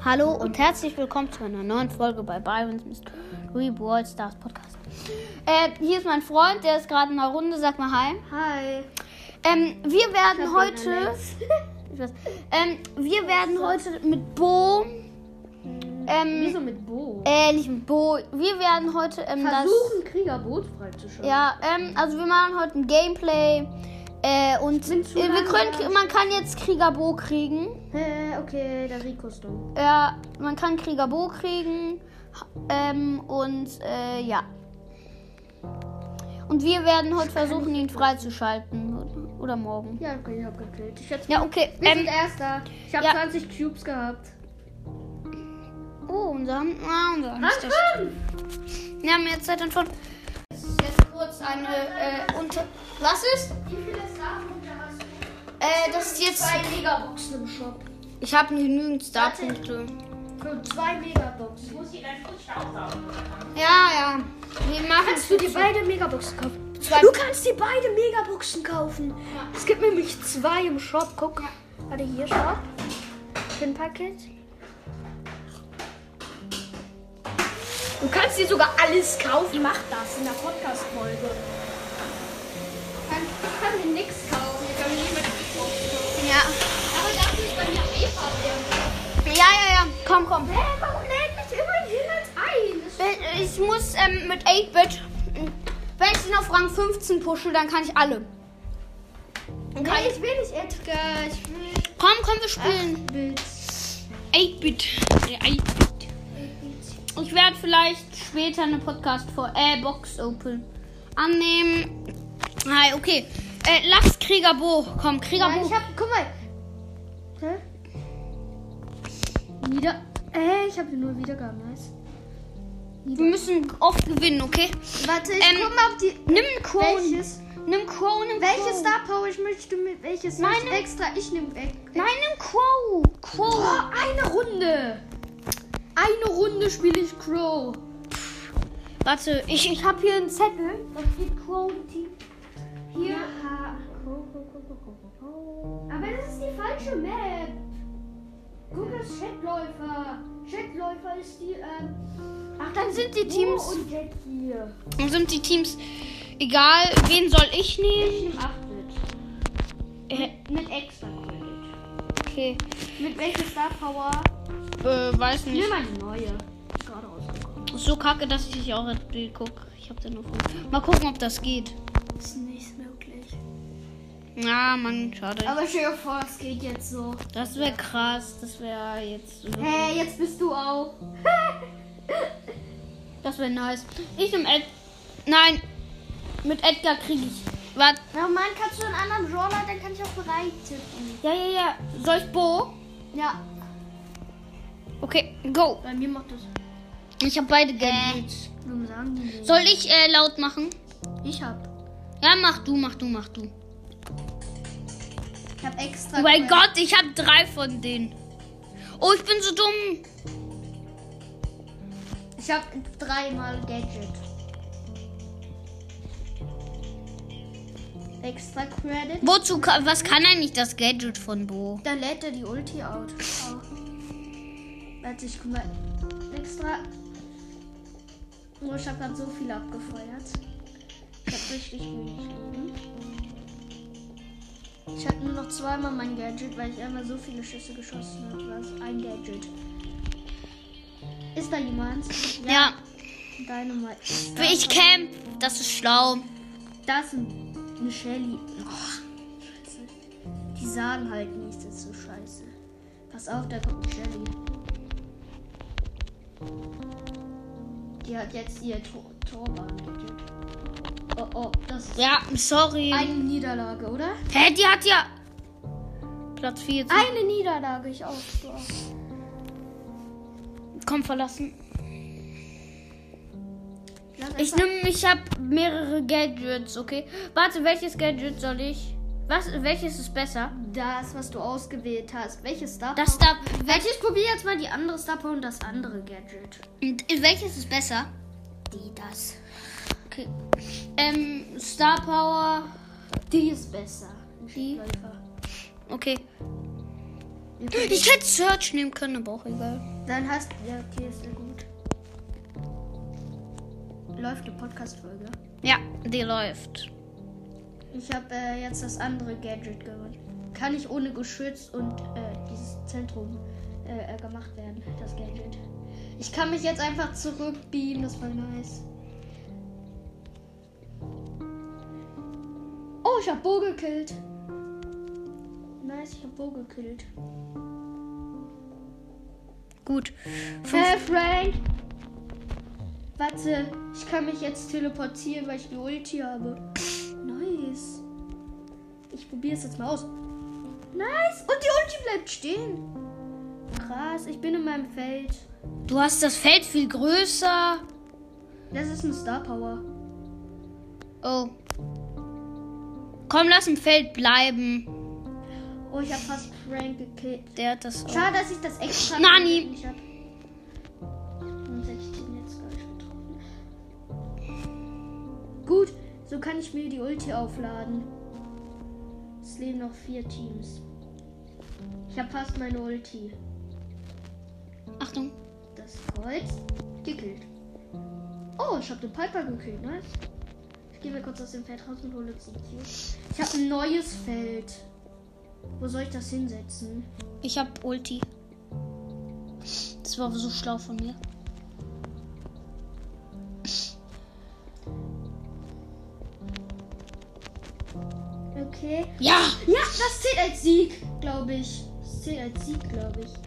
Hallo und herzlich willkommen zu einer neuen Folge bei Byron's Mystery Brawl Stars Podcast. Hier ist mein Freund, der ist gerade in der Runde. Sag mal Hi. Hi. Wir werden heute... wir werden heute mit Bo... Wieso mit Bo? Nicht mit Bo. Wir werden heute... Versuchen, Kriegerboot freizuschalten. Ja, also wir machen heute ein Gameplay. Und man kann jetzt Krieger Bo kriegen. Okay, der Rico ist dumm. Ja, man kann Krieger Bo kriegen. Ja. Und wir werden heute versuchen, ihn freizuschalten. Oder morgen. Ja, okay, ich hab gekillt. Ja, okay. Wir sind Erster. Ich habe 20 Cubes gehabt. Oh, unser Hamster. Wir haben jetzt Zeit schon. Jetzt kurz eine Was ist? Wie viele Starpunkte hast du? Das ist jetzt... 2 Megaboxen im Shop. Ich habe genügend Starpunkte. Für 2 Megaboxen. Muss ich deinen Fuß staubsaugen? Ja. Wir machen Kannst du dir beide Megaboxen kaufen? 2. Du kannst dir beide Megaboxen kaufen. Es gibt nämlich 2 im Shop. Guck. Warte, hier Shop. Pinpaket. Du kannst dir sogar alles kaufen. Ich mach das in der Podcast-Folge. Ich kann mir nichts kaufen. Ich kann mir nicht mehr Ja. Aber das ist bei mir einfach. Ja. Komm. Warum lädt mich immer jemand ein? Ich muss mit 8-Bit, wenn ich ihn auf Rang 15 pushe, dann kann ich alle. Nee, ich will nicht Edgar. Ich will... Komm, wir spielen. 8-Bit. Ich werde vielleicht später eine Box Open annehmen. Hi, okay. Lass Krieger Bo. Komm, Krieger Bo. Guck mal. Hä? Ich habe nur Wiedergaben. Nice. Wir müssen oft gewinnen, okay? Warte, ich guck mal, ob die... Nimm einen Crow. Welches? Nimm Crow. Welches Star Power ich möchte mit welches? Nein, nicht extra. Ich nehme weg. Nein, nimm Crow. Oh, eine Runde. Eine Runde spiele ich Crow. Warte, ich habe hier einen Zettel. Da steht Crow Team. Hier. Aber das ist die falsche Map. Guck, das ist Chatläufer. Chatläufer ist die, Ach, dann sind die Teams. Bo und Jet hier. Dann sind die Teams. Egal, wen soll ich nehmen? Ich nehme 8-Bit. Mit extra Credit. Okay. Mit welcher Star Power? Weiß Ich nicht. nehme eine neue. Ist gerade rausgekommen. Ist so kacke, dass ich auch gucke. Ich hab den nur vor. Mal gucken, ob das geht. Ist nicht möglich. Ja, Mann, schade. Aber stell dir vor, es geht jetzt so. Das wäre krass. Das wäre jetzt. Hey, jetzt bist du auch. Das wäre nice. Ich nehme Nein. Mit Edgar kriege ich. Warte. Oh Mann, kannst du einen anderen Genre? Dann kann ich auch bereit tippen. Ja. Soll ich Bo? Ja. Okay, go. Bei mir macht das. Ich habe beide Gadgets. Warum sagen die nicht? Soll ich laut machen? Ich hab. Ja, mach du. Ich hab extra. Oh mein Gott, ich habe 3 von denen. Oh, ich bin so dumm. Ich hab 3-mal Gadget. Extra Credit. Was kann eigentlich das Gadget von Bo? Dann lädt er die Ulti out. Warte, ich guck mal. Extra. Oh, ich hab grad so viel abgefeuert. Ich hab richtig wenig Leben. Ich hatte nur noch 2-mal mein Gadget, weil ich einmal so viele Schüsse geschossen habe. Was? Ein Gadget. Ist da jemand? Ja. Dynamite. Ich camp. Das ist schlau. Das ist eine Shelly. Oh, scheiße. Die sagen halt nichts, das ist so scheiße. Pass auf, da kommt eine Shelly. Die hat jetzt ihr Torbahn. Oh, das ist Ja, sorry. eine Niederlage, oder? Hä, die hat ja Platz 4. Eine Niederlage, ich auch. Du auch. Komm, verlassen. Ich Ich habe mehrere Gadgets, okay? Warte, welches Gadget soll ich? Welches ist besser? das, was du ausgewählt hast. Welches Star Power? Das da. Ich probiere jetzt mal die andere Star Power und das andere Gadget. Welches ist besser? Das. Okay. Star Power. Die ist besser. Die? Läufer. Okay. Ich hätte Search nehmen können, aber auch egal. Dann hast du... Ja, okay, ist ja gut. Läuft eine Podcast-Folge? Ja, die läuft. Ich habe jetzt das andere Gadget gewonnen. Kann ich ohne Geschütz und dieses Zentrum gemacht werden, das Gadget. Ich kann mich jetzt einfach zurückbeamen, das war nice. Oh, ich hab Bo gekillt. Nice, ich hab Bo gekillt. Gut. Frank! Warte, ich kann mich jetzt teleportieren, weil ich die Ulti habe. Nice. Ich probiere es jetzt mal aus. Nice. Und die Ulti bleibt stehen. Krass, ich bin in meinem Feld. Du hast das Feld viel größer. Das ist ein Star Power. Oh. Komm, lass im Feld bleiben. Oh, ich habe fast Frank gekillt. Der hat das auch. Schade, dass ich das extra Nani. nicht habe. Und 16 jetzt gar nicht getroffen. Gut, so kann ich mir die Ulti aufladen. Es leben noch 4 Teams. Ich habe fast meine Ulti. Achtung. Das Kreuz gekillt. Oh, ich habe den Piper gekillt, nice. Ich gehe mal kurz aus dem Feld raus und hole jetzt die Q. Ich habe ein neues Feld. Wo soll ich das hinsetzen? Ich hab Ulti. Das war so schlau von mir. Okay. Ja! Ja, das zählt als Sieg, glaube ich. Das zählt als Sieg, glaube ich.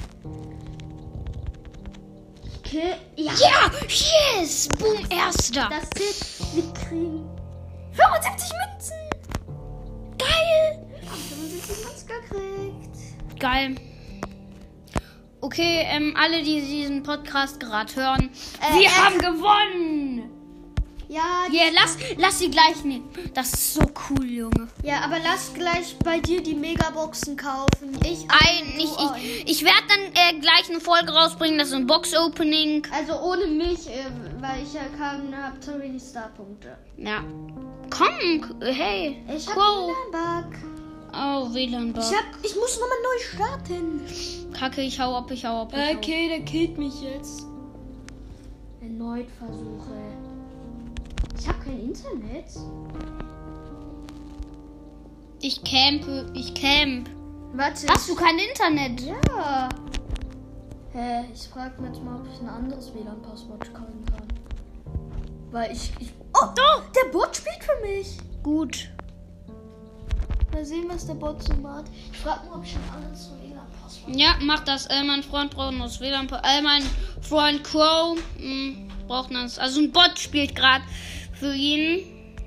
Okay. Ja. Ja! Yes! Boom, erster! Das zählt. Wir kriegen 75 Münzen! Geil! 75 Münzen gekriegt. Geil. Okay, alle, die diesen Podcast gerade hören, wir haben gewonnen! Ja, Yeah, lass sie gleich nehmen. Das ist so cool, Junge. ja, aber lass gleich bei dir die Megaboxen kaufen. Ich werde dann gleich eine Folge rausbringen, das ist ein Box-Opening. Also ohne mich, weil ich ja habe zu wenig Starpunkte. Ja. Komm, hey. Ich hab Crow. WLAN-Bug. Oh, WLAN-Bug. Ich muss nochmal neu starten. Kacke, ich hau ab. Okay, der killt mich jetzt. Erneut Versuche. Ich habe kein Internet. Ich camp. Warte. Hast du kein Internet? Ja. Hä, ich frage mich jetzt mal, ob ich ein anderes WLAN-Passwort kaufen kann. Weil ich... Oh, doch! Der Bot spielt für mich. Gut. Mal sehen, was der Bot so macht. Ich frage mal, ob ich ein anderes WLAN-Passwort... Ja, mach das. Mein Freund braucht noch das WLAN. Mein Freund Crow braucht das. Also ein Bot spielt gerade für ihn.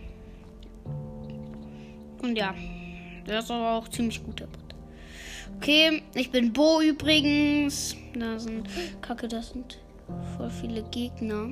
Und ja, der ist aber auch ziemlich gut, der Bot. Okay, ich bin Bo übrigens. Das sind voll viele Gegner.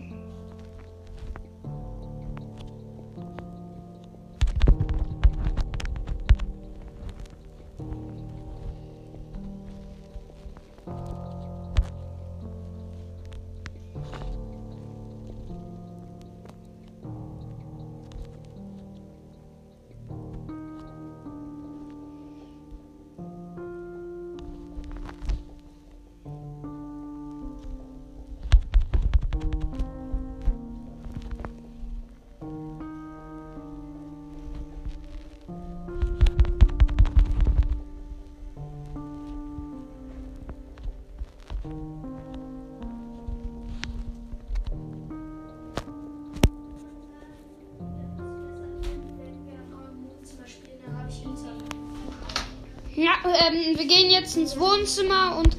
Ja, wir gehen jetzt ins Wohnzimmer und...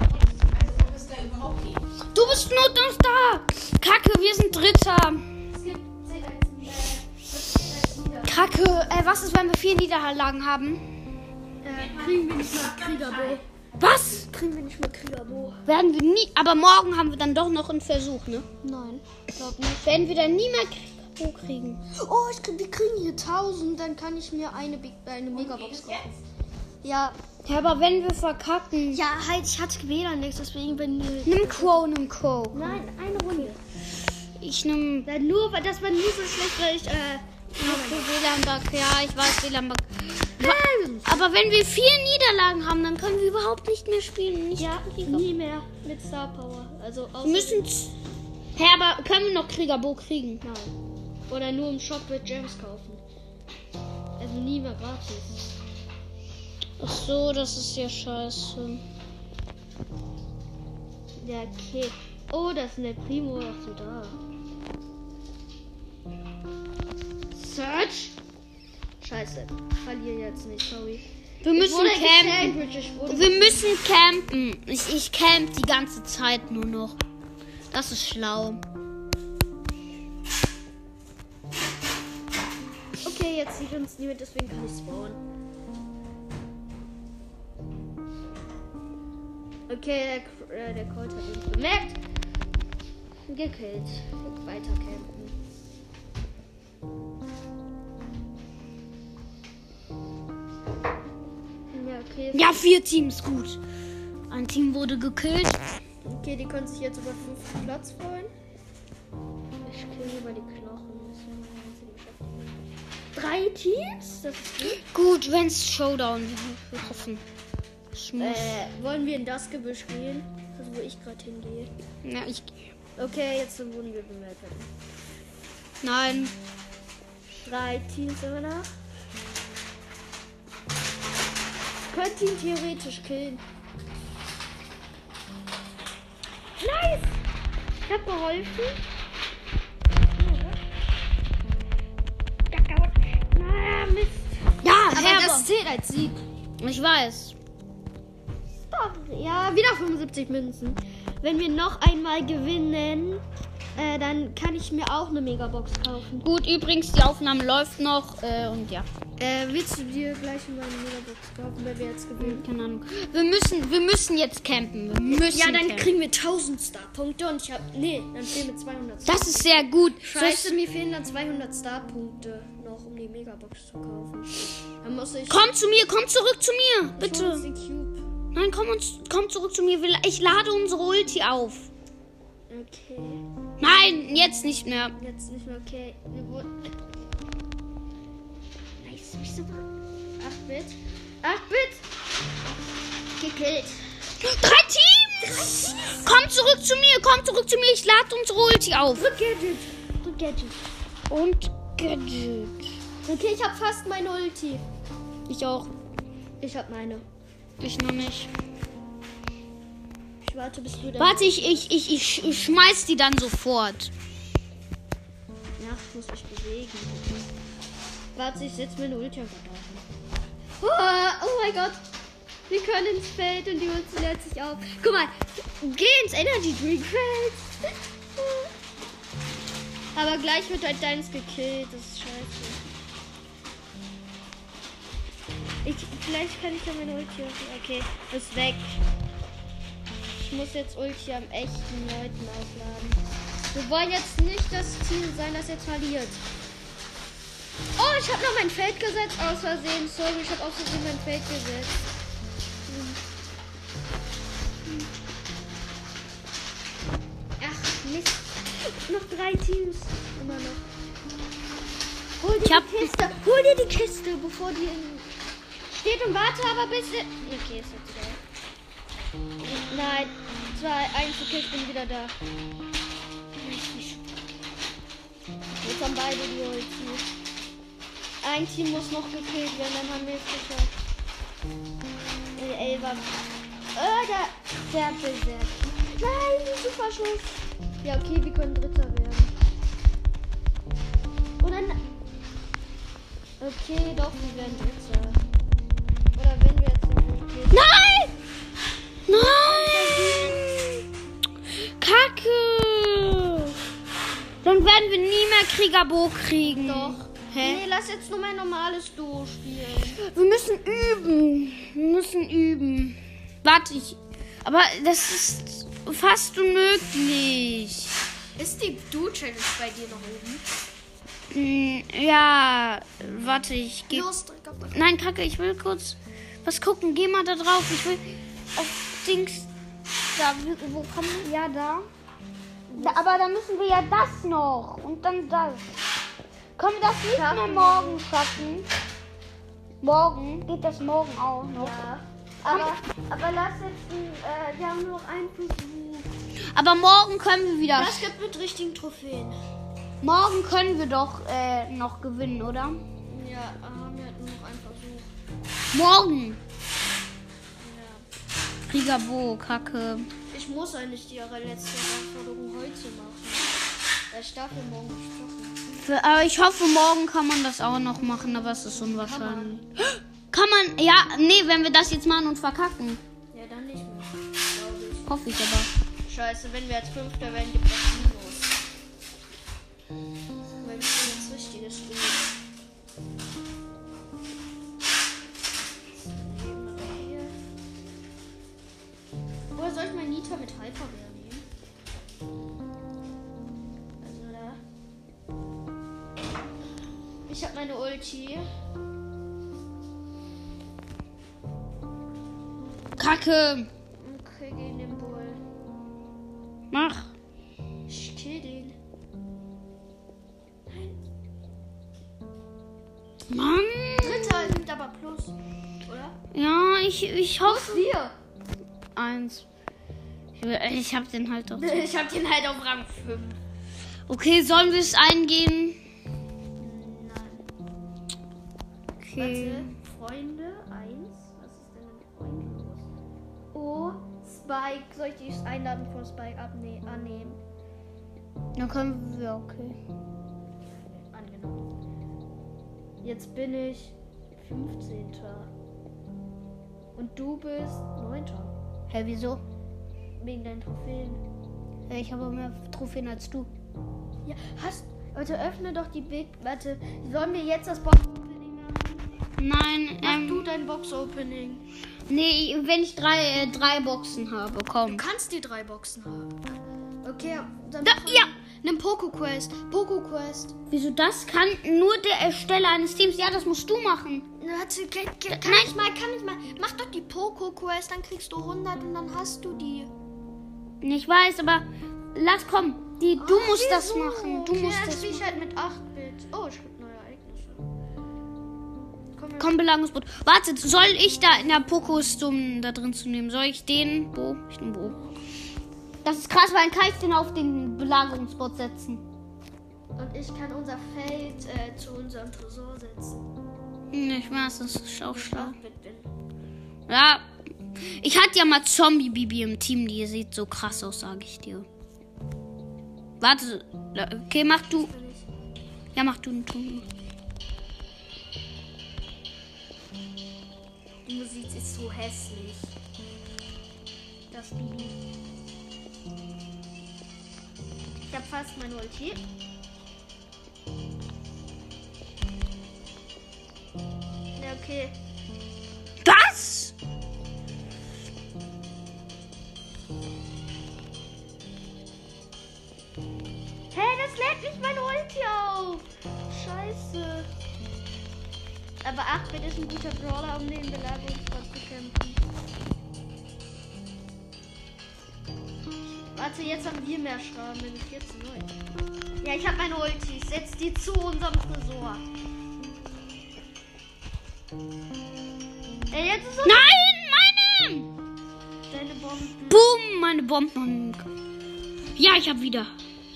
Du bist nur noch da! Kacke, wir sind Dritter! Kacke, was ist, wenn wir 4 Niederlagen haben? Kriegen wir nicht mal Kriegerbo. Was? Kriegen wir nicht mal Kriegerbo. Werden wir nie... Aber morgen haben wir dann doch noch einen Versuch, ne? Nein, ich glaube nicht. Werden wir dann nie mehr Kriegerbo kriegen? Oh, wir kriegen hier 1000, dann kann ich mir eine Megabox kaufen. Ja. Ja, aber wenn wir verkacken... Ja, halt, ich hatte WLAN nichts, deswegen bin ich... Nimm Crow. Nein, eine Runde. Ich nehm... Ja, nur, das war nur so schlecht, weil ich, WLAN-Bug, ja, ich weiß, WLAN-Bug. Aber wenn wir 4 Niederlagen haben, dann können wir überhaupt nicht mehr spielen. Nicht Ja, nie mehr mit Star Power. Also wir müssen. Hä, aber können wir noch Kriegerbo kriegen? Nein. Oder nur im Shop mit Gems kaufen. Also nie mehr gratis. Ach so, das ist ja scheiße. Ja, okay. Oh, das ist eine Primo. Ach so, da. Search. Scheiße. Verliere jetzt nicht, sorry. Wir müssen campen. campen. Wir müssen campen. Ich camp die ganze Zeit nur noch. Das ist schlau. Okay, jetzt sieht uns niemand, deswegen kann ich spawnen. Okay, der Colt hat uns bemerkt. Gekillt. Weiter campen. Ja, okay. Ja, 4 Teams, gut. Ein Team wurde gekillt. Okay, die können sich jetzt über 5. Platz freuen. Ich kill lieber die Knochen. Das ist ja meine einzige Beschäftigung. 3 Teams? Das ist gut. Gut, wenn's Showdown wird. Wir hoffen. Ich muss. Wollen wir in das Gebüsch gehen? Das wo ich gerade hingehe. Ja, ich gehe. Okay, jetzt wurden wir bemerkt. Nein. 3 Teams immer noch. Könnt ihn theoretisch killen. Nice! Ich hab geholfen. Na, Mist. Ja, Aber das zählt als Sieg. Ich weiß. Ja, wieder 75 Münzen. Wenn wir noch einmal gewinnen, dann kann ich mir auch eine Megabox kaufen. Gut, übrigens, die Aufnahme läuft noch. Und ja. Willst du dir gleich mal eine Megabox kaufen, wenn wir jetzt gewinnen? Keine Ahnung. Wir müssen jetzt campen. Wir müssen Ja, dann campen. kriegen wir 1000 Star-Punkte und ich hab. Nee, dann fehlen mir 200 Star. Das ist sehr gut. Scheiße, mir fehlen dann 200 Star-Punkte noch, um die Megabox zu kaufen. Dann muss ich. Komm zu mir, komm zurück zu mir. Ich hol uns Bitte. den Cube. Nein, komm zurück zu mir. Ich lade unsere Ulti auf. Okay. Nein, jetzt nicht mehr. Jetzt nicht mehr okay. Wir wurden. Nice, wieso? 8-Bit. 8-Bit! Gekillt. 3 Teams! Komm zurück zu mir, Ich lade unsere Ulti auf. Drück Gadget. Drück Gadget. Und Gadget. Okay, ich hab fast meine Ulti. Ich auch. Ich hab meine. Ich noch nicht. Ich warte, bis du dann. Warte, ich schmeiß die dann sofort. Ja, ich muss mich bewegen. Warte, ich setze meine Ulti einfach drauf. Oh mein Gott. Wir können ins Feld und die Ulti lädt sich auf. Guck mal, geh ins Energy Drink Feld. Aber gleich wird halt deins gekillt. Das ist scheiße. Vielleicht kann ich ja meine Ulti öffnen. Okay, ist weg. Ich muss jetzt Ulti am echten Leuten aufladen. Wir wollen jetzt nicht das Ziel sein, das jetzt verliert. Oh, ich habe noch mein Feld gesetzt aus Versehen. Sorry, ich habe aus Versehen mein Feld gesetzt. Ach, Mist. Noch 3 Teams. Immer noch. Hol dir die Kiste. Hol dir die Kiste, bevor die steht und warte aber bis... Okay, ist jetzt wieder. Nein, 2, 1, okay, ich bin wieder da. Jetzt haben beide die Ulti. Ein Team muss noch gekillt werden, dann haben wir es geschafft. Der Elfer. Der hat besetzt. Nein, super Schuss. Ja, okay, wir können Dritter werden. Und dann... Okay, doch, wir werden Dritter. Oder wenn wir jetzt den Ulti... Nein! Nein! Kacke! Dann werden wir nie mehr Kriegerbo kriegen. Doch. Hä? Nee, lass jetzt nur mein normales Duo spielen. Wir müssen üben. Warte, aber das ist fast unmöglich. Ist die Duo-Challenge bei dir noch oben? Ja, warte, ich gehe... Los, drück auf das. Nein, Kacke, ich will kurz was gucken. Geh mal da drauf. Ich will auf Dings... Da, wo kommen wir? Ja, da. Aber da müssen wir ja das noch. Und dann das. Können wir das nicht mehr morgen schaffen? Morgen? Geht das morgen auch noch? Ja. Aber lass jetzt, wir haben noch einen Versuch. Aber morgen können wir wieder. Das gibt mit richtigen Trophäen. Morgen können wir doch noch gewinnen, oder? Ja, haben wir nur noch einen Versuch. Morgen. Ja. Kriegerbo, Kacke. Ich muss eigentlich die letzte Anforderung heute machen. Ich darf ja morgen nicht zocken. Aber ich hoffe, morgen kann man das auch noch machen, aber es ist unwahrscheinlich. Kann man? Ja, nee, wenn wir das jetzt machen und verkacken. Ja, dann nicht mehr, glaube ich. Hoffe ich aber. Scheiße, wenn wir als Fünfter werden, gibt es Minus. Weil wir sind jetzt richtiges Spiel. Oder soll ich mal Nita mit Hyperwehr nehmen? Also da. Ich habe meine Ulti. Kacke. Okay, gegen den Bull. Mach. Ich kill den. Mann. Dritter gibt aber Plus. Oder? Ja, ich hoffe. 4. 1. Ich hab den halt doch. Ich hab den halt auf Rang 5. Okay, sollen wir es eingehen? Nein. Okay. Warte. Freunde 1. Was ist denn mit Freunden los? Oh, Spike. Soll ich die Einladung von Spike annehmen? Dann können wir, okay. Angenommen. Jetzt bin ich 15. Und du bist 9. Hä, wieso? Wegen deinen Trophäen. Ich habe mehr Trophäen als du. Ja, Warte, öffne doch die Big. Warte, sollen wir jetzt das Box-Opening machen? Nein, Mach du dein Box-Opening. Nee, wenn ich drei Boxen habe, komm. Du kannst die 3 Boxen haben. Okay, dann Ja! nimm Poco-Quest. Poco-Quest. Wieso das kann nur der Ersteller eines Teams? Ja, das musst du machen. Warte, kann ich mal. Mach doch die Poco-Quest, dann kriegst du 100 und dann hast du die. Ich weiß, aber kommen. Du musst das machen. Du okay, musst dann das spiel ich machen. halt mit 8-Bit. Oh, ich hab neue Ereignisse. Komm, Belagungsboot. Warte, soll ich da in der Pokostum da drin zu nehmen? Soll ich den Bo? Ich nehme Bo. Das ist krass, weil dann kann ich den auf den Belagerungsbot setzen. Und ich kann unser Feld zu unserem Tresor setzen. Ich weiß, das ist auch Wenn ich schlau. 8-Bit bin. Ja. Ich hatte ja mal Zombie-Bibi im Team, die sieht so krass aus, sage ich dir. Warte. Okay, mach du. Ja, mach du einen Ton. Die Musik ist so hässlich. Das Bibi. Ich hab fast meine Ulti. Ja, okay. Was? Hey, das lädt nicht meine Ulti auf. Scheiße. Aber 8-Bit ist ein guter Brawler, um den Belagerungsbot zu kämpfen. Warte, jetzt haben wir mehr Schaden, nämlich 14-9. Ja, ich habe meine Ulti. Setz die zu unserem Tresor. Ey, jetzt ist es... Nein, meine! Deine Bomben. Boom, meine Bomben. Ja, ich hab wieder.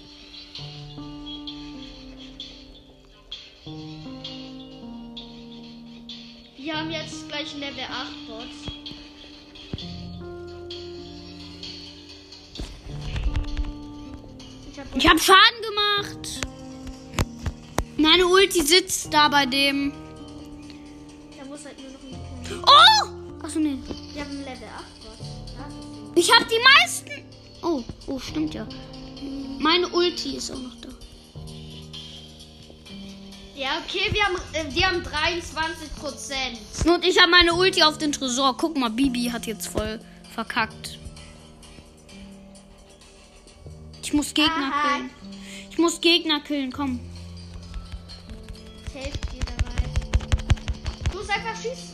Wir haben jetzt gleich ein Level 8 Bot. Ich hab Schaden gemacht. Meine Ulti sitzt da bei dem. Da muss halt nur noch ein bisschen... Oh! Achso, nee. Wir haben ein Level 8 Bot. Ich hab die meisten. Oh, stimmt ja. Meine Ulti ist auch noch da. Ja, okay, die haben 23%. Und ich habe meine Ulti auf den Tresor. Guck mal, Bibi hat jetzt voll verkackt. Ich muss Gegner Aha. killen. Ich muss Gegner killen, komm. Ich helfe dir dabei. Du musst einfach schießen.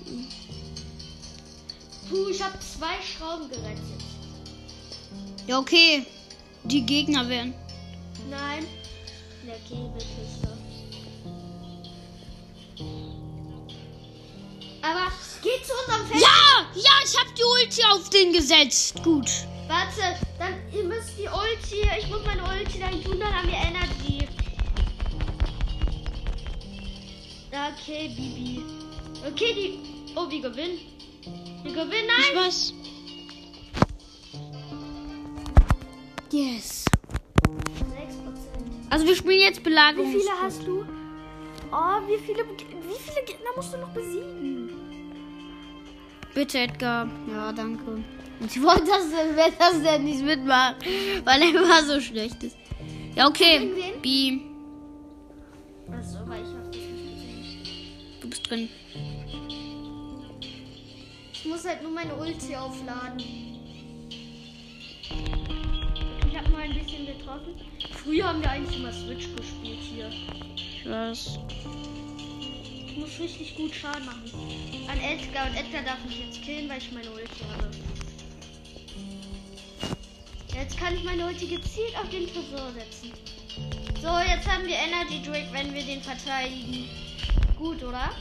Ich habe 2 Schrauben gerettet. Ja, okay. Die Gegner werden. Nein. Der Käbelkiste. Aber geh zu unserem Feld. Ja, ich hab die Ulti auf den gesetzt. Gut. Warte, dann ihr müsst die Ulti. Ich muss meine Ulti dahin tun, dann haben wir Energy. Okay, Bibi. Okay, die. Oh, wir gewinnen. Wir gewinnen, nein. Ich weiß. Yes. 6%. Also wir spielen jetzt Belagerung. Wie viele hast du? Oh, wie viele Gegner musst du noch besiegen? Bitte, Edgar. Ja, danke. Ich wollte das denn nicht mitmachen, weil er immer so schlecht ist. Ja, okay. B. Achso, weil ich hab das nicht gesehen. Du bist drin. Ich muss halt nur meine Ulti aufladen. Ich habe nur ein bisschen getroffen. Früher haben wir eigentlich immer Switch gespielt hier. Ich weiß. Ich muss richtig gut Schaden machen. An Edgar. Und Edgar darf mich jetzt killen, weil ich meine Ulti habe. Jetzt kann ich meine Ulti gezielt auf den Tresor setzen. So, jetzt haben wir Energy Drake, wenn wir den verteidigen. Gut, oder?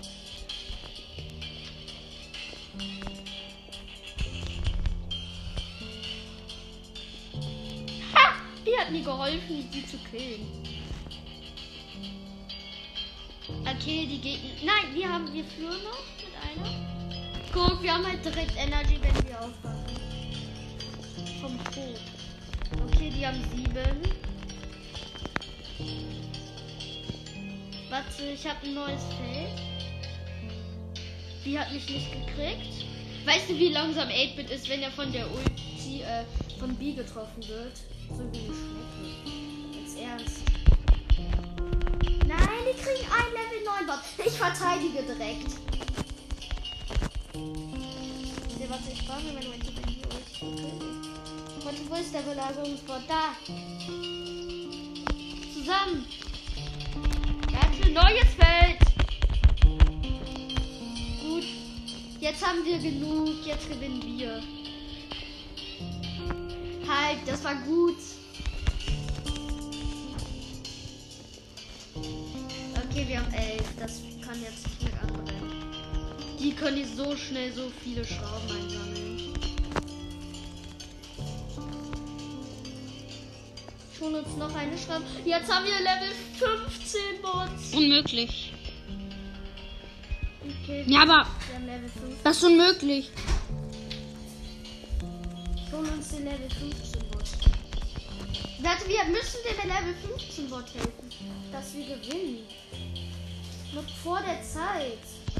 Ha! Die hat mir geholfen, sie zu killen. Okay, die Gegner. Nein, wir führen noch mit einer. Guck, wir haben halt direkt Energy, wenn wir aufpassen. Vom Pro. Okay, die haben 7. Warte, ich habe ein neues Feld. Die hat mich nicht gekriegt. Weißt du, wie langsam 8-Bit ist, wenn er von der Ulti von B getroffen wird? So wie eine Schnecke. Jetzt ernst. Nein, die kriegen ein Level 9 Bot. Ich verteidige direkt. Okay, warte, ich spare mir meine Ulti, wenn die Ulti. Warte, wo ist der Belagerungsbot? Da. Zusammen. Warte, neues Feld. Gut. Jetzt haben wir genug. Jetzt gewinnen wir. Halt, das war gut. Okay, wir haben 11. Das kann jetzt nicht mehr anbrennen. Die können nicht so schnell so viele Schrauben einsammeln. Schon uns noch eine Schraube. Jetzt haben wir Level 15 Bots. Unmöglich. Okay, Ja, aber wir haben Level 5. das ist unmöglich. Schon uns den Level 15 Bot. Warte, wir müssen dem Level 15 Bot helfen, dass wir gewinnen. Noch vor der Zeit.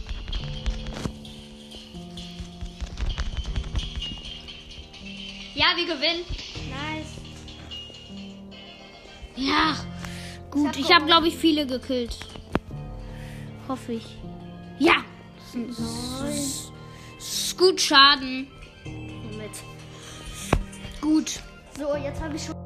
Ja, wir gewinnen. Nice. Ja, gut. Ich habe, glaube ich, viele gekillt. Hoffe ich. Ja. Ist gut Schaden. Moment. Gut. So, jetzt habe ich schon